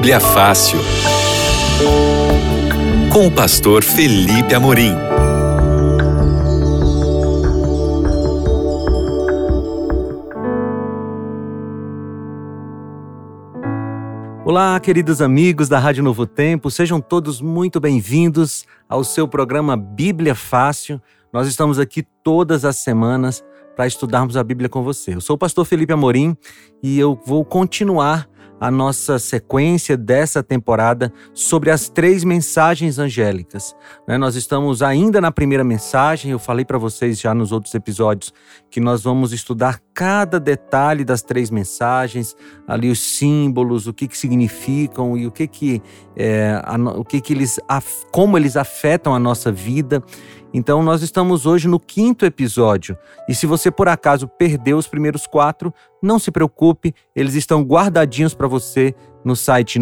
Bíblia Fácil, com o pastor Felipe Amorim. Olá, queridos amigos da Rádio Novo Tempo, sejam todos muito bem-vindos ao seu programa Bíblia Fácil. Nós estamos aqui todas as semanas para estudarmos a Bíblia com você. Eu sou o pastor Felipe Amorim e eu vou continuar a nossa sequência dessa temporada sobre as 3 mensagens angélicas. Nós estamos ainda na primeira mensagem, eu falei para vocês já nos outros episódios que nós vamos estudar cada detalhe das 3 mensagens, ali os símbolos, o que significam e como eles afetam a nossa vida. Então nós estamos hoje no 5º episódio e se você por acaso perdeu os primeiros 4, não se preocupe, eles estão guardadinhos para você no site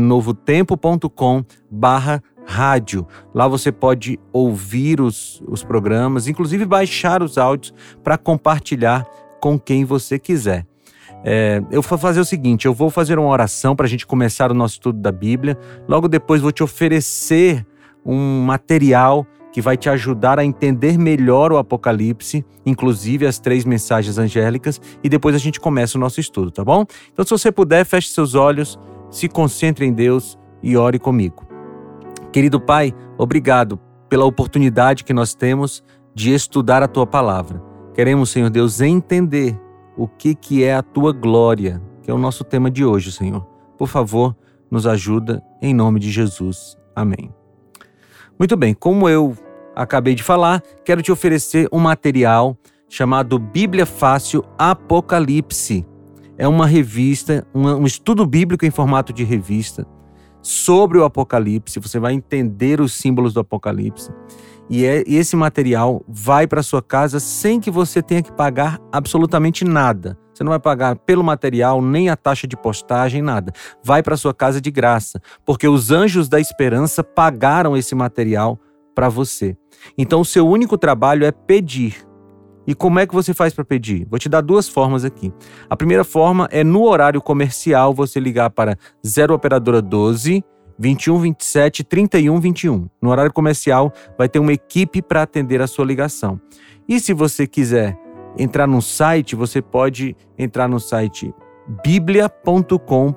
novotempo.com/rádio. Lá você pode ouvir os programas, inclusive baixar os áudios para compartilhar com quem você quiser. Eu vou fazer o seguinte, eu vou fazer uma oração para a gente começar o nosso estudo da Bíblia, logo depois vou te oferecer um material que vai te ajudar a entender melhor o Apocalipse, inclusive as 3 mensagens angélicas, e depois a gente começa o nosso estudo, tá bom? Então, se você puder, feche seus olhos, se concentre em Deus e ore comigo. Querido Pai, obrigado pela oportunidade que nós temos de estudar a Tua Palavra. Queremos, Senhor Deus, entender o que é a Tua glória, que é o nosso tema de hoje, Senhor. Por favor, nos ajuda, em nome de Jesus. Amém. Muito bem, como eu acabei de falar, quero te oferecer um material chamado Bíblia Fácil Apocalipse. É uma revista, um estudo bíblico em formato de revista sobre o Apocalipse. Você vai entender os símbolos do Apocalipse. E esse material vai para sua casa sem que você tenha que pagar absolutamente nada. Você não vai pagar pelo material, nem a taxa de postagem, nada. Vai para sua casa de graça, porque os anjos da esperança pagaram esse material para você. Então o seu único trabalho é pedir. E como é que você faz para pedir? Vou te dar 2 formas aqui. A primeira forma é no horário comercial você ligar para 0 operadora 12 21 27 31 21. No horário comercial vai ter uma equipe para atender a sua ligação. E se você quiser entrar no site, você pode entrar no site biblia.com.br.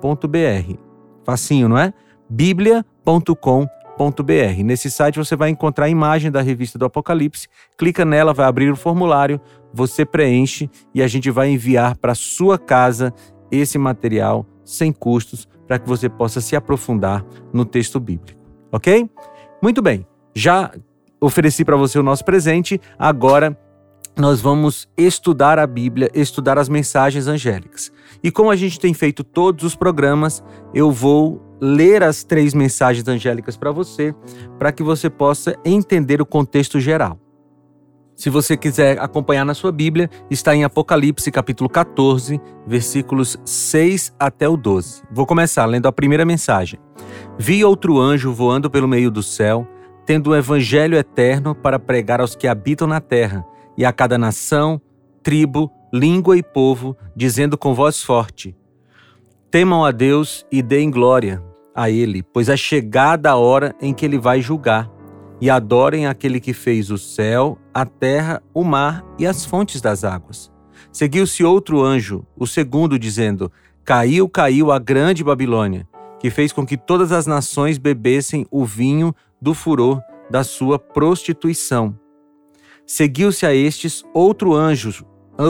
Facinho, não é? biblia.com.br. Nesse site você vai encontrar a imagem da revista do Apocalipse, clica nela, vai abrir o formulário, você preenche e a gente vai enviar para sua casa esse material sem custos para que você possa se aprofundar no texto bíblico, ok? Muito bem, já ofereci para você o nosso presente, agora nós vamos estudar a Bíblia, estudar as mensagens angélicas. E como a gente tem feito todos os programas, eu vou ler as 3 mensagens angélicas para você que você possa entender o contexto geral. Se você quiser acompanhar na sua Bíblia, está em Apocalipse capítulo 14, versículos 6 até o 12. Vou começar lendo a primeira mensagem. Vi outro anjo voando pelo meio do céu, tendo um evangelho eterno para pregar aos que habitam na terra, e a cada nação, tribo, língua e povo, dizendo com voz forte: temam a Deus e deem glória a Ele, pois é chegada a hora em que Ele vai julgar, e adorem aquele que fez o céu, a terra, o mar e as fontes das águas. Seguiu-se outro anjo, o segundo, dizendo: caiu a grande Babilônia, que fez com que todas as nações bebessem o vinho do furor da sua prostituição. Seguiu-se a estes outro anjo,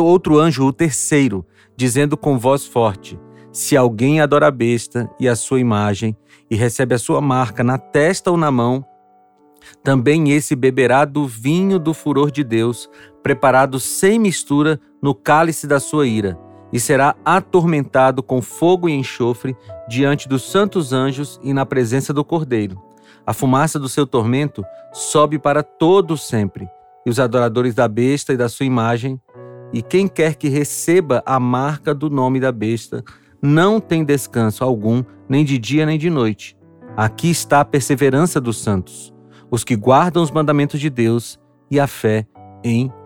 o terceiro, dizendo com voz forte: se alguém adora a besta e a sua imagem, e recebe a sua marca na testa ou na mão, também esse beberá do vinho do furor de Deus, preparado sem mistura no cálice da sua ira, e será atormentado com fogo e enxofre diante dos santos anjos e na presença do Cordeiro. A fumaça do seu tormento sobe para todo sempre, e os adoradores da besta e da sua imagem, e quem quer que receba a marca do nome da besta, não tem descanso algum, nem de dia nem de noite. Aqui está a perseverança dos santos, os que guardam os mandamentos de Deus e a fé em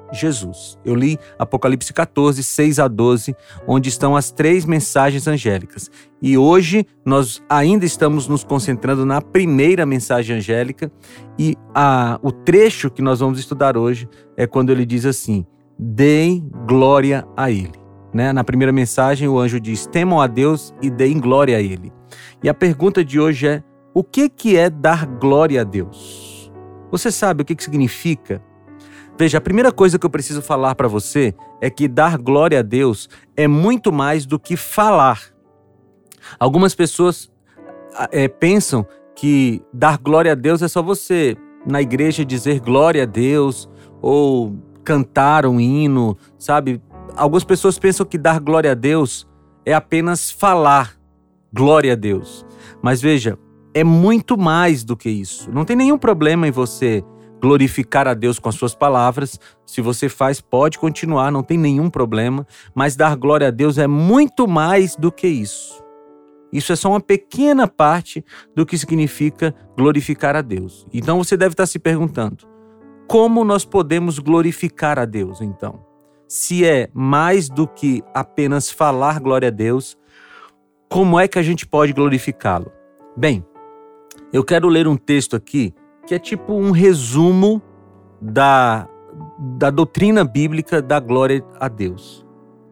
Jesus. Eu li Apocalipse 14, 6 a 12, onde estão as 3 mensagens angélicas. E hoje nós ainda estamos nos concentrando na primeira mensagem angélica e o trecho que nós vamos estudar hoje é quando ele diz assim: deem glória a Ele. Na primeira mensagem o anjo diz: temam a Deus e deem glória a Ele. E a pergunta de hoje é: o que é dar glória a Deus? Você sabe o que significa? Veja, a primeira coisa que eu preciso falar para você é que dar glória a Deus é muito mais do que falar. Algumas pessoas pensam que dar glória a Deus é só você, na igreja, dizer glória a Deus ou cantar um hino, sabe? Algumas pessoas pensam que dar glória a Deus é apenas falar glória a Deus. Mas veja, é muito mais do que isso. Não tem nenhum problema em você glorificar a Deus com as suas palavras. Se você faz, pode continuar, não tem nenhum problema. Mas dar glória a Deus é muito mais do que isso. Isso é só uma pequena parte do que significa glorificar a Deus. Então você deve estar se perguntando: como nós podemos glorificar a Deus, então? Se é mais do que apenas falar glória a Deus, como é que a gente pode glorificá-lo? Bem, eu quero ler um texto aqui que é tipo um resumo da doutrina bíblica da glória a Deus.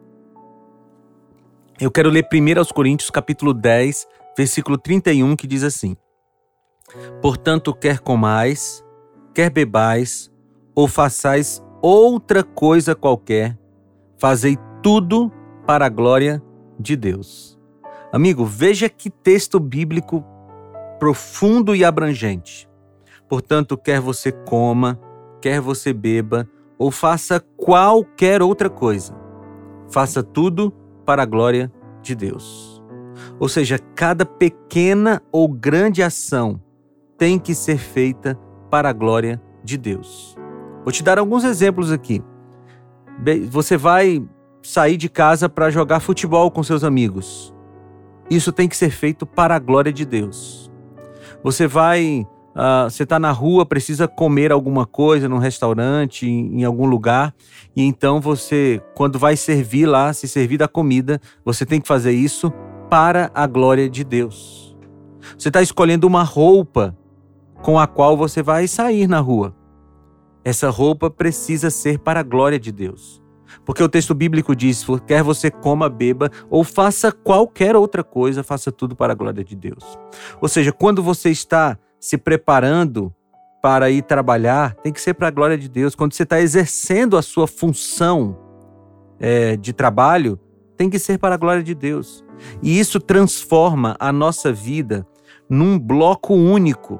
Eu quero ler 1 Coríntios capítulo 10, versículo 31, que diz assim: portanto, quer comais, quer bebais, ou façais outra coisa qualquer, fazei tudo para a glória de Deus. Amigo, veja que texto bíblico profundo e abrangente. Portanto, quer você coma, quer você beba, ou faça qualquer outra coisa, faça tudo para a glória de Deus. Ou seja, cada pequena ou grande ação tem que ser feita para a glória de Deus. Vou te dar alguns exemplos aqui. Você vai sair de casa para jogar futebol com seus amigos. Isso tem que ser feito para a glória de Deus. Você está na rua, precisa comer alguma coisa num restaurante, em algum lugar, e então você, quando vai servir lá, se servir da comida, você tem que fazer isso para a glória de Deus. Você está escolhendo uma roupa com a qual você vai sair na rua. Essa roupa precisa ser para a glória de Deus. Porque o texto bíblico diz: quer você coma, beba, ou faça qualquer outra coisa, faça tudo para a glória de Deus. Ou seja, quando você está se preparando para ir trabalhar, tem que ser para a glória de Deus. Quando você está exercendo a sua função de trabalho, tem que ser para a glória de Deus. E isso transforma a nossa vida num bloco único,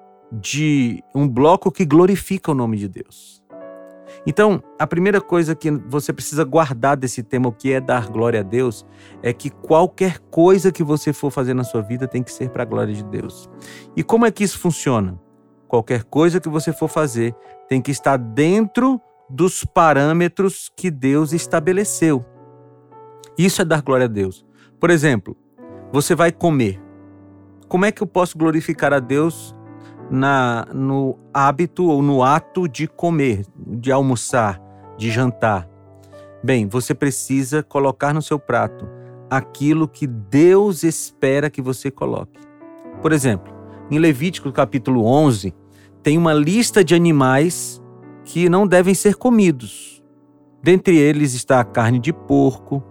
um bloco que glorifica o nome de Deus. Então, a primeira coisa que você precisa guardar desse tema, o que é dar glória a Deus, é que qualquer coisa que você for fazer na sua vida tem que ser para a glória de Deus. E como é que isso funciona? Qualquer coisa que você for fazer tem que estar dentro dos parâmetros que Deus estabeleceu. Isso é dar glória a Deus. Por exemplo, você vai comer. Como é que eu posso glorificar a Deus no hábito ou no ato de comer, de almoçar, de jantar? Bem, você precisa colocar no seu prato aquilo que Deus espera que você coloque. Por exemplo, em Levítico capítulo 11, tem uma lista de animais que não devem ser comidos. Dentre eles está a carne de porco,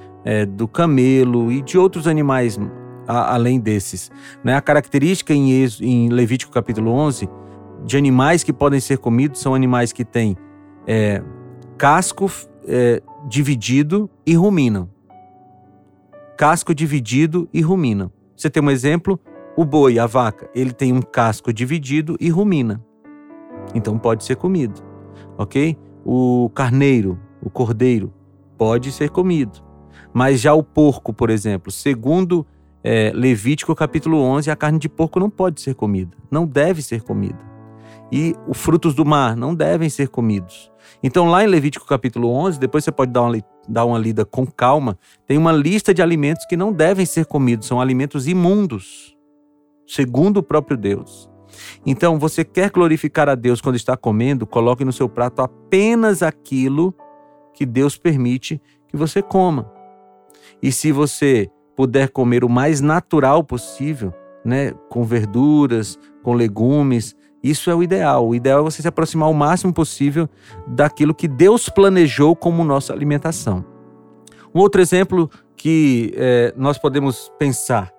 do camelo e de outros animais além desses. A característica em Levítico capítulo 11 de animais que podem ser comidos são animais que têm casco dividido e ruminam. Casco dividido e ruminam. Você tem um exemplo? O boi, a vaca, ele tem um casco dividido e rumina. Então pode ser comido, ok? O carneiro, o cordeiro, pode ser comido. Mas já o porco, por exemplo, segundo Levítico capítulo 11, a carne de porco não pode ser comida, não deve ser comida. E os frutos do mar não devem ser comidos. Então lá em Levítico capítulo 11, depois você pode dar uma lida com calma, tem uma lista de alimentos que não devem ser comidos, são alimentos imundos, segundo o próprio Deus. Então, você quer glorificar a Deus quando está comendo? Coloque no seu prato apenas aquilo que Deus permite que você coma. E se você puder comer o mais natural possível, né, com verduras, com legumes, isso é o ideal. O ideal é você se aproximar o máximo possível daquilo que Deus planejou como nossa alimentação. Um outro exemplo que nós podemos pensar: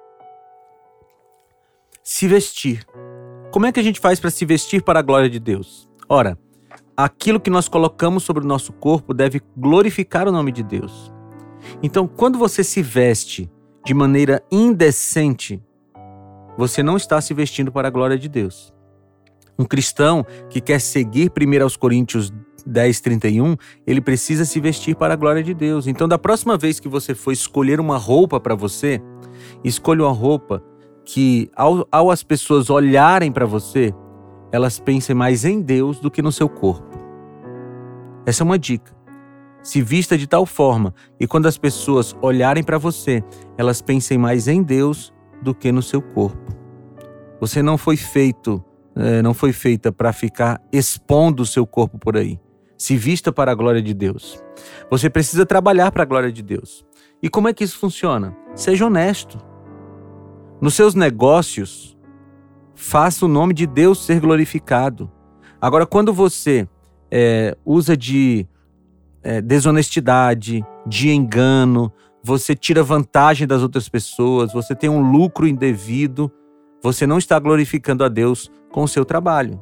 se vestir. Como é que a gente faz para se vestir para a glória de Deus? Ora, aquilo que nós colocamos sobre o nosso corpo deve glorificar o nome de Deus. Então, quando você se veste de maneira indecente, você não está se vestindo para a glória de Deus. Um cristão que quer seguir 1 Coríntios 10:31, ele precisa se vestir para a glória de Deus. Então, da próxima vez que você for escolher uma roupa para você, escolha uma roupa que, ao as pessoas olharem para você, elas pensem mais em Deus do que no seu corpo. Essa é uma dica. Se vista de tal forma que quando as pessoas olharem para você, elas pensem mais em Deus do que no seu corpo. Você não foi feita para ficar expondo o seu corpo por aí. Se vista para a glória de Deus. Você precisa trabalhar para a glória de Deus. E como é que isso funciona? Seja honesto. Nos seus negócios, faça o nome de Deus ser glorificado. Agora, quando você usa de desonestidade, de engano, você tira vantagem das outras pessoas, você tem um lucro indevido, você não está glorificando a Deus com o seu trabalho.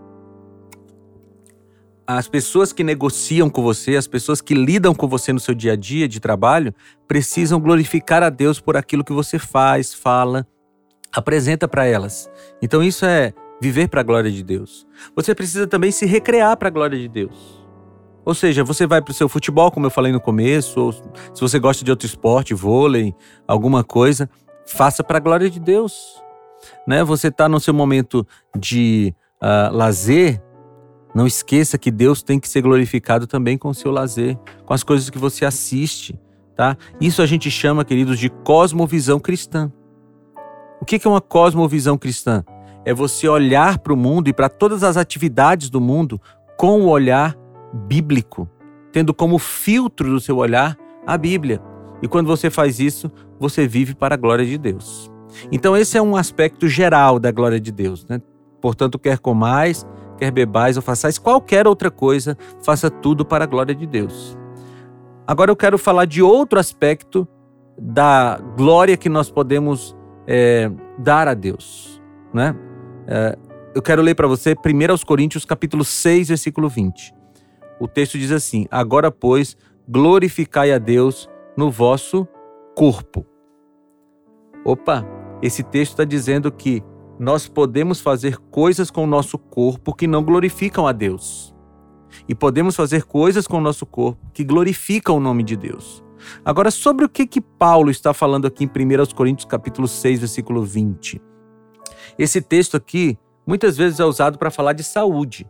As pessoas que negociam com você, as pessoas que lidam com você no seu dia a dia de trabalho, precisam glorificar a Deus por aquilo que você faz, fala, apresenta para elas. Então isso é viver para a glória de Deus. Você precisa também se recrear para a glória de Deus. Ou seja, você vai para o seu futebol, como eu falei no começo, ou se você gosta de outro esporte, vôlei, alguma coisa, faça para a glória de Deus. Né? Você está no seu momento de lazer, não esqueça que Deus tem que ser glorificado também com o seu lazer, com as coisas que você assiste. Tá? Isso a gente chama, queridos, de cosmovisão cristã. O que é uma cosmovisão cristã? É você olhar para o mundo e para todas as atividades do mundo com o olhar bíblico, tendo como filtro do seu olhar a Bíblia. E quando você faz isso, você vive para a glória de Deus. Então esse é um aspecto geral da glória de Deus, né? Portanto, quer comais, quer bebais ou façais qualquer outra coisa, faça tudo para a glória de Deus. Agora eu quero falar de outro aspecto da glória que nós podemos dar a Deus, né? Eu quero ler para você 1 Coríntios capítulo 6, versículo 20. O texto diz assim: agora, pois, glorificai a Deus no vosso corpo. Opa, esse texto está dizendo que nós podemos fazer coisas com o nosso corpo que não glorificam a Deus. E podemos fazer coisas com o nosso corpo que glorificam o nome de Deus. Agora, sobre o que Paulo está falando aqui em 1 Coríntios capítulo 6, versículo 20. Esse texto aqui, muitas vezes é usado para falar de saúde.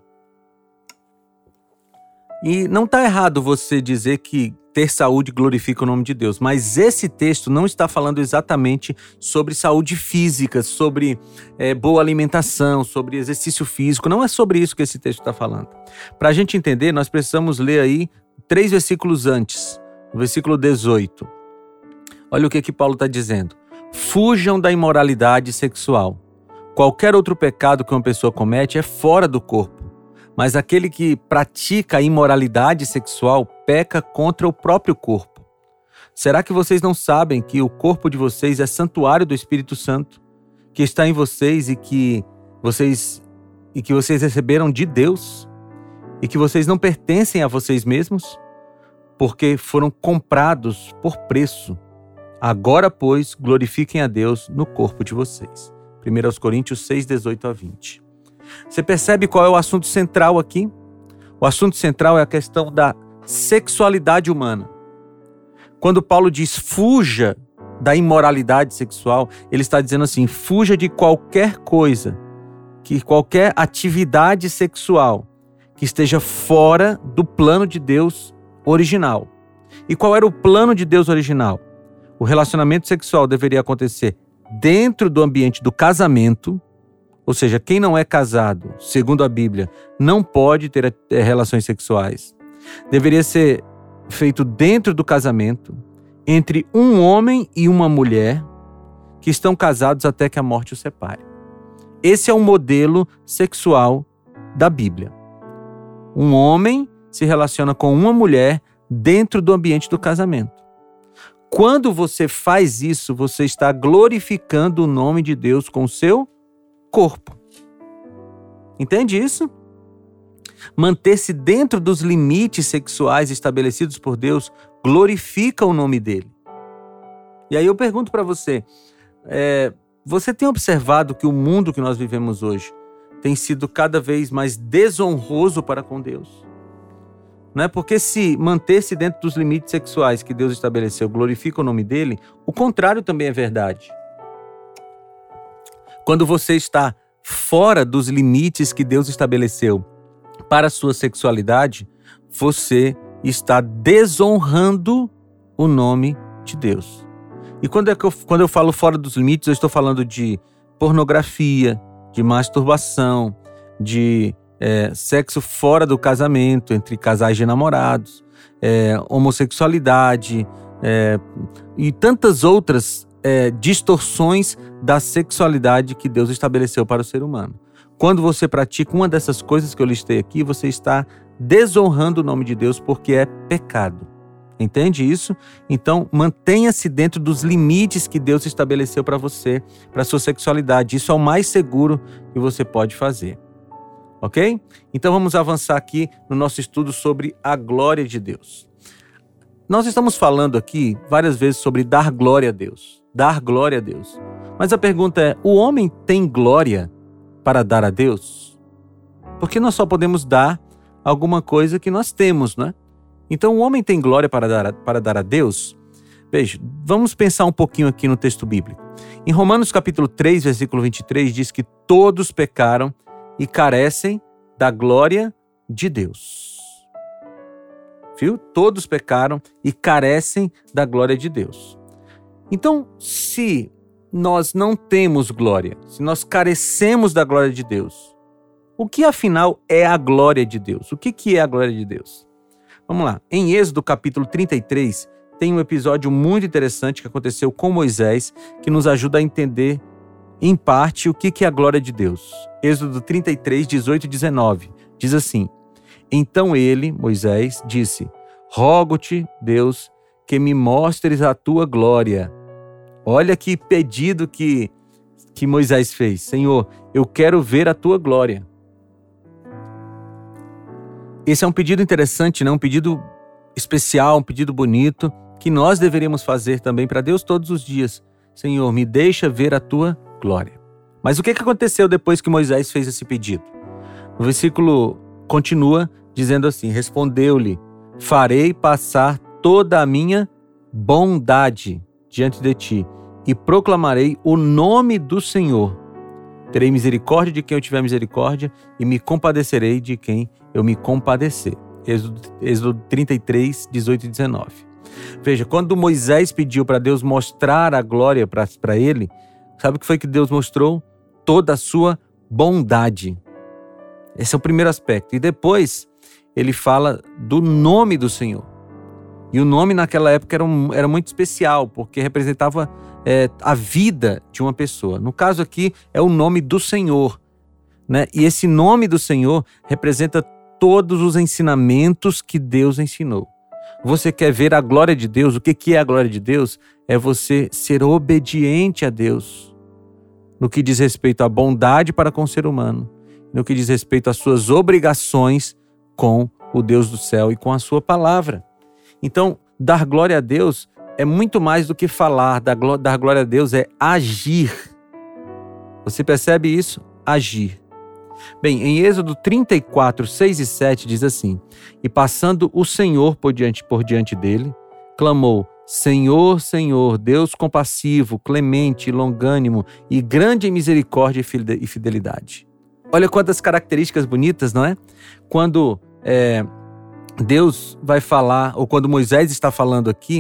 E não está errado você dizer que ter saúde glorifica o nome de Deus, mas esse texto não está falando exatamente sobre saúde física, sobre boa alimentação, sobre exercício físico. Não é sobre isso que esse texto está falando. Para a gente entender, nós precisamos ler aí 3 versículos antes, o versículo 18. Olha o que Paulo está dizendo. Fujam da imoralidade sexual. Qualquer outro pecado que uma pessoa comete é fora do corpo. Mas aquele que pratica a imoralidade sexual peca contra o próprio corpo. Será que vocês não sabem que o corpo de vocês é santuário do Espírito Santo, que está em vocês e que vocês receberam de Deus, e que vocês não pertencem a vocês mesmos, porque foram comprados por preço? Agora, pois, glorifiquem a Deus no corpo de vocês. 1 Coríntios 6, 18 a 20. Você percebe qual é o assunto central aqui? O assunto central é a questão da sexualidade humana. Quando Paulo diz fuja da imoralidade sexual, ele está dizendo assim: fuja de qualquer coisa, qualquer atividade sexual que esteja fora do plano de Deus original. E qual era o plano de Deus original? O relacionamento sexual deveria acontecer dentro do ambiente do casamento, ou seja, quem não é casado, segundo a Bíblia, não pode ter relações sexuais. Deveria ser feito dentro do casamento, entre um homem e uma mulher que estão casados até que a morte os separe. Esse é o modelo sexual da Bíblia. Um homem se relaciona com uma mulher dentro do ambiente do casamento. Quando você faz isso, você está glorificando o nome de Deus com o seu corpo. Entende isso? Manter-se dentro dos limites sexuais estabelecidos por Deus glorifica o nome dele. E aí eu pergunto para você, você tem observado que o mundo que nós vivemos hoje tem sido cada vez mais desonroso para com Deus? Não é? Porque se manter-se dentro dos limites sexuais que Deus estabeleceu glorifica o nome dele, o contrário também é verdade. Quando você está fora dos limites que Deus estabeleceu para a sua sexualidade, você está desonrando o nome de Deus. E quando eu falo fora dos limites, eu estou falando de pornografia, de masturbação, de sexo fora do casamento, entre casais de namorados, homossexualidade e tantas outras distorções da sexualidade que Deus estabeleceu para o ser humano. Quando você pratica uma dessas coisas que eu listei aqui, você está desonrando o nome de Deus porque é pecado. Entende isso? Então, mantenha-se dentro dos limites que Deus estabeleceu para você, para a sua sexualidade. Isso é o mais seguro que você pode fazer. Ok? Então, vamos avançar aqui no nosso estudo sobre a glória de Deus. Nós estamos falando aqui várias vezes sobre dar glória a Deus. Dar glória a Deus. Mas a pergunta é, o homem tem glória para dar a Deus? Porque nós só podemos dar alguma coisa que nós temos, né? Então o homem tem glória para dar a Deus? Veja, vamos pensar um pouquinho aqui no texto bíblico. Em Romanos capítulo 3, versículo 23, diz que todos pecaram e carecem da glória de Deus. Viu? Todos pecaram e carecem da glória de Deus. Então, se nós não temos glória, se nós carecemos da glória de Deus, o que afinal é a glória de Deus? O que é a glória de Deus? Vamos lá. Em Êxodo capítulo 33, tem um episódio muito interessante que aconteceu com Moisés, que nos ajuda a entender, em parte, o que é a glória de Deus. Êxodo 33, 18 e 19. Diz assim: Então ele, Moisés, disse: Rogo-te, Deus, que me mostres a tua glória. Olha que pedido que Moisés fez. Senhor, eu quero ver a tua glória. Esse é um pedido interessante, né? Um pedido especial, um pedido bonito, que nós deveríamos fazer também para Deus todos os dias. Senhor, me deixa ver a tua glória. Mas o que aconteceu depois que Moisés fez esse pedido? O versículo continua dizendo assim: Respondeu-lhe: Farei passar toda a minha bondade diante de ti e proclamarei o nome do Senhor. Terei misericórdia de quem eu tiver misericórdia e me compadecerei de quem eu me compadecer. Êxodo 33, 18 e 19. Veja, quando Moisés pediu para Deus mostrar a glória para ele, sabe o que foi que Deus mostrou? Toda a sua bondade. Esse é o primeiro aspecto. E depois ele fala do nome do Senhor. E o nome naquela época era muito especial, porque representava a vida de uma pessoa. No caso aqui, é o nome do Senhor, né? E esse nome do Senhor representa todos os ensinamentos que Deus ensinou. Você quer ver a glória de Deus? O que é a glória de Deus? É você ser obediente a Deus no que diz respeito à bondade para com o ser humano, no que diz respeito às suas obrigações com o Deus do céu e com a sua palavra. Então, dar glória a Deus é muito mais do que falar. Dar glória a Deus é agir. Você percebe isso? Agir. Bem, em Êxodo 34, 6 e 7 diz assim: E passando o Senhor por diante dele, clamou: Senhor, Senhor, Deus compassivo, clemente, longânimo e grande em misericórdia e fidelidade. Olha quantas características bonitas, não é? Quando Deus vai falar, ou quando Moisés está falando aqui,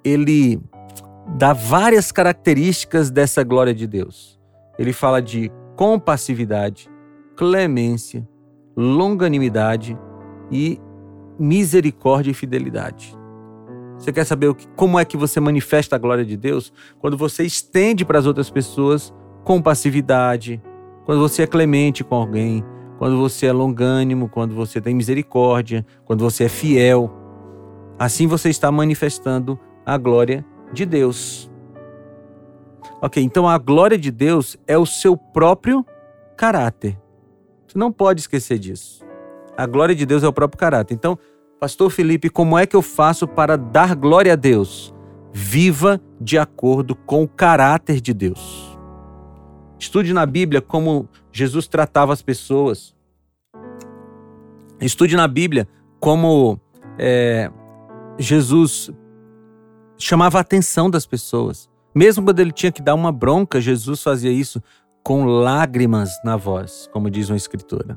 ele dá várias características dessa glória de Deus. Ele fala de compassividade, clemência, longanimidade e misericórdia e fidelidade. Você quer saber como é que você manifesta a glória de Deus? Quando você estende para as outras pessoas compassividade, quando você é clemente com alguém, quando você é longânimo, quando você tem misericórdia, quando você é fiel. Assim você está manifestando a glória de Deus. Ok, então a glória de Deus é o seu próprio caráter. Você não pode esquecer disso. A glória de Deus é o próprio caráter. Então, Pastor Felipe, como é que eu faço para dar glória a Deus? Viva de acordo com o caráter de Deus. Estude na Bíblia como Jesus tratava as pessoas. Estude na Bíblia como Jesus chamava a atenção das pessoas. Mesmo quando ele tinha que dar uma bronca, Jesus fazia isso com lágrimas na voz, como diz uma escritora.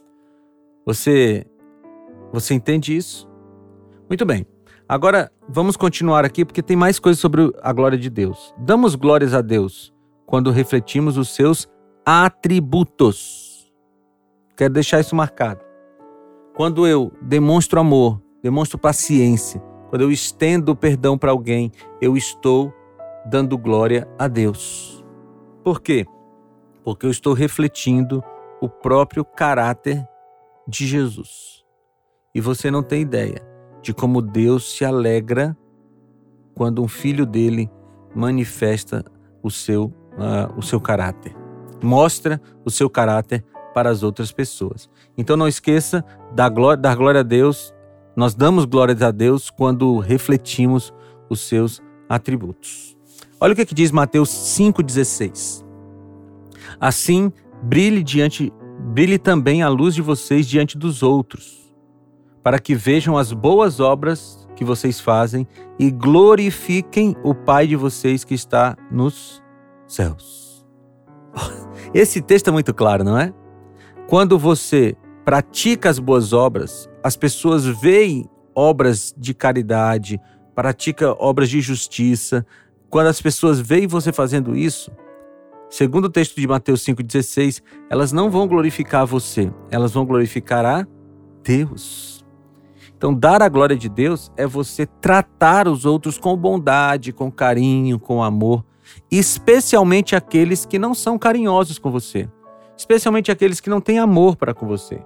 Você entende isso? Muito bem. Agora vamos continuar aqui porque tem mais coisas sobre a glória de Deus. Damos glórias a Deus quando refletimos os seus atributos. Quero deixar isso marcado. Quando eu demonstro amor, demonstro paciência, quando eu estendo perdão para alguém, eu estou dando glória a Deus. Por quê? Porque eu estou refletindo o próprio caráter de Jesus. E você não tem ideia de como Deus se alegra quando um filho dele manifesta o seu caráter. Mostra o seu caráter para as outras pessoas. Então não esqueça dar glória a Deus. Nós damos glórias a Deus quando refletimos os seus atributos. Olha o que diz Mateus 5,16. Assim, brilhe também a luz de vocês diante dos outros, para que vejam as boas obras que vocês fazem e glorifiquem o Pai de vocês que está nos céus. Esse texto é muito claro, não é? Quando você pratica as boas obras, as pessoas veem obras de caridade, pratica obras de justiça. Quando as pessoas veem você fazendo isso, segundo o texto de Mateus 5,16, elas não vão glorificar você, elas vão glorificar a Deus. Então, dar a glória de Deus é você tratar os outros com bondade, com carinho, com amor, especialmente aqueles que não são carinhosos com você, especialmente aqueles que não têm amor para com você.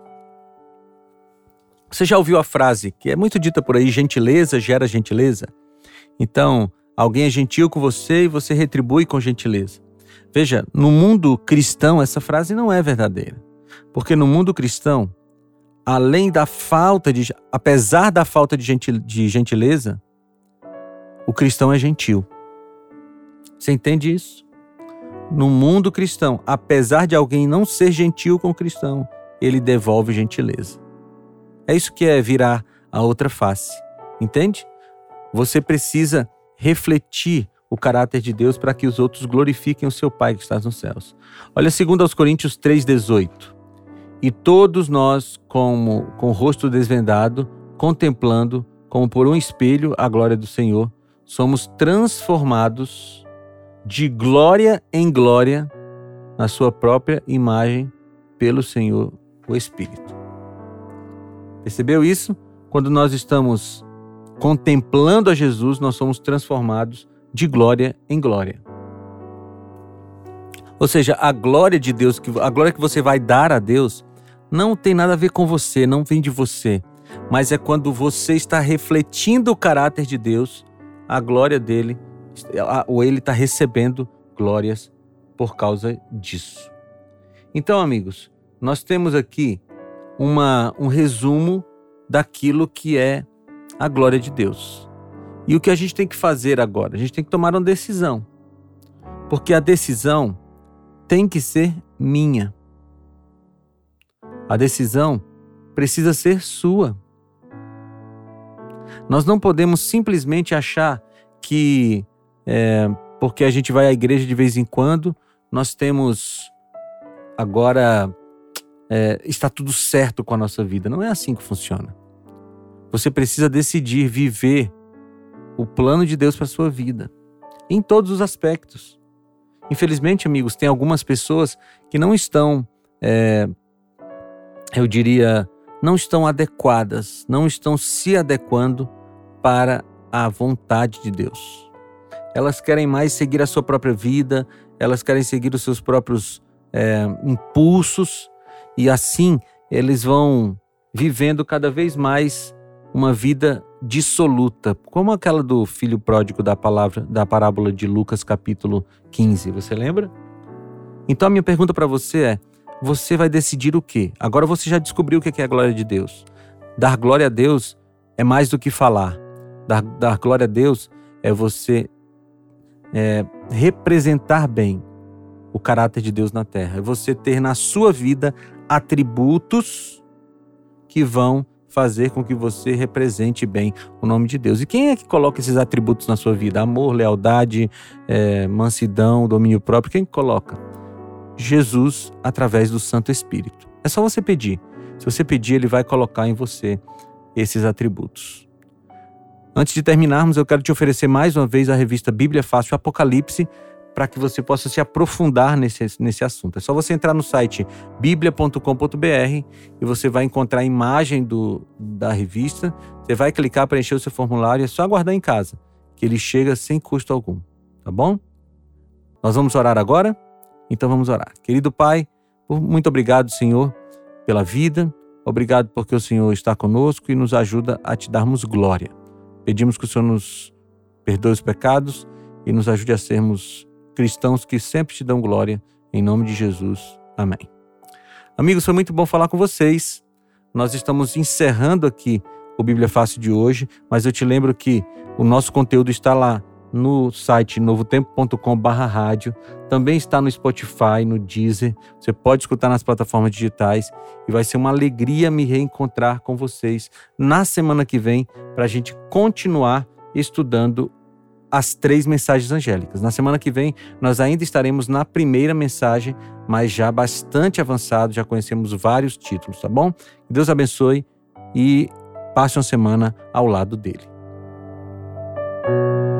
Você já ouviu a frase que é muito dita por aí, gentileza gera gentileza? Então, alguém é gentil com você e você retribui com gentileza. Veja, no mundo cristão essa frase não é verdadeira. Porque no mundo cristão, apesar da falta de gentileza, o cristão é gentil. Você entende isso? No mundo cristão, apesar de alguém não ser gentil com o cristão, ele devolve gentileza. É isso que é virar a outra face. Entende? Você precisa refletir o caráter de Deus para que os outros glorifiquem o seu Pai que está nos céus. Olha 2 Coríntios 3,18. E todos nós, com o rosto desvendado, contemplando, como por um espelho, a glória do Senhor, somos transformados de glória em glória na sua própria imagem pelo Senhor, o Espírito. Percebeu isso? Quando nós estamos contemplando a Jesus, nós somos transformados de glória em glória. Ou seja, a glória de Deus, a glória que você vai dar a Deus, não tem nada a ver com você, não vem de você, mas é quando você está refletindo o caráter de Deus, a glória dele, ou ele está recebendo glórias por causa disso. Então, amigos, nós temos aqui um resumo daquilo que é a glória de Deus. E o que a gente tem que fazer agora? A gente tem que tomar uma decisão. Porque a decisão tem que ser minha. A decisão precisa ser sua. Nós não podemos simplesmente achar que, porque a gente vai à igreja de vez em quando, nós temos agora, está tudo certo com a nossa vida. Não é assim que funciona. Você precisa decidir viver o plano de Deus para a sua vida, em todos os aspectos. Infelizmente, amigos, tem algumas pessoas que não estão, não estão adequadas, não estão se adequando para a vontade de Deus. Elas querem mais seguir a sua própria vida, elas querem seguir os seus próprios impulsos, e assim eles vão vivendo cada vez mais uma vida dissoluta, como aquela do filho pródigo da parábola de Lucas capítulo 15, você lembra? Então a minha pergunta para você é: você vai decidir o quê? Agora você já descobriu o que é a glória de Deus. Dar glória a Deus é mais do que falar. Dar glória a Deus é você representar bem o caráter de Deus na terra. É você ter na sua vida atributos que vão fazer com que você represente bem o nome de Deus. E quem é que coloca esses atributos na sua vida? Amor, lealdade, mansidão, domínio próprio. Quem coloca? Jesus, através do Santo Espírito. É só você pedir. Se você pedir, Ele vai colocar em você esses atributos. Antes de terminarmos, eu quero te oferecer mais uma vez a revista Bíblia Fácil Apocalipse, para que você possa se aprofundar nesse assunto. É só você entrar no site biblia.com.br e você vai encontrar a imagem da revista. Você vai clicar, preencher o seu formulário, é só aguardar em casa, que ele chega sem custo algum, tá bom? Nós vamos orar agora? Então vamos orar. Querido Pai, muito obrigado, Senhor, pela vida. Obrigado porque o Senhor está conosco e nos ajuda a te darmos glória. Pedimos que o Senhor nos perdoe os pecados e nos ajude a sermos cristãos que sempre te dão glória, em nome de Jesus. Amém. Amigos, foi muito bom falar com vocês. Nós estamos encerrando aqui o Bíblia Fácil de hoje, mas eu te lembro que o nosso conteúdo está lá no site novotempo.com/rádio, também está no Spotify, no Deezer, você pode escutar nas plataformas digitais e vai ser uma alegria me reencontrar com vocês na semana que vem para a gente continuar estudando as 3 mensagens angélicas. Na semana que vem, nós ainda estaremos na primeira mensagem, mas já bastante avançado, já conhecemos vários títulos, tá bom? Que Deus abençoe e passe uma semana ao lado dele.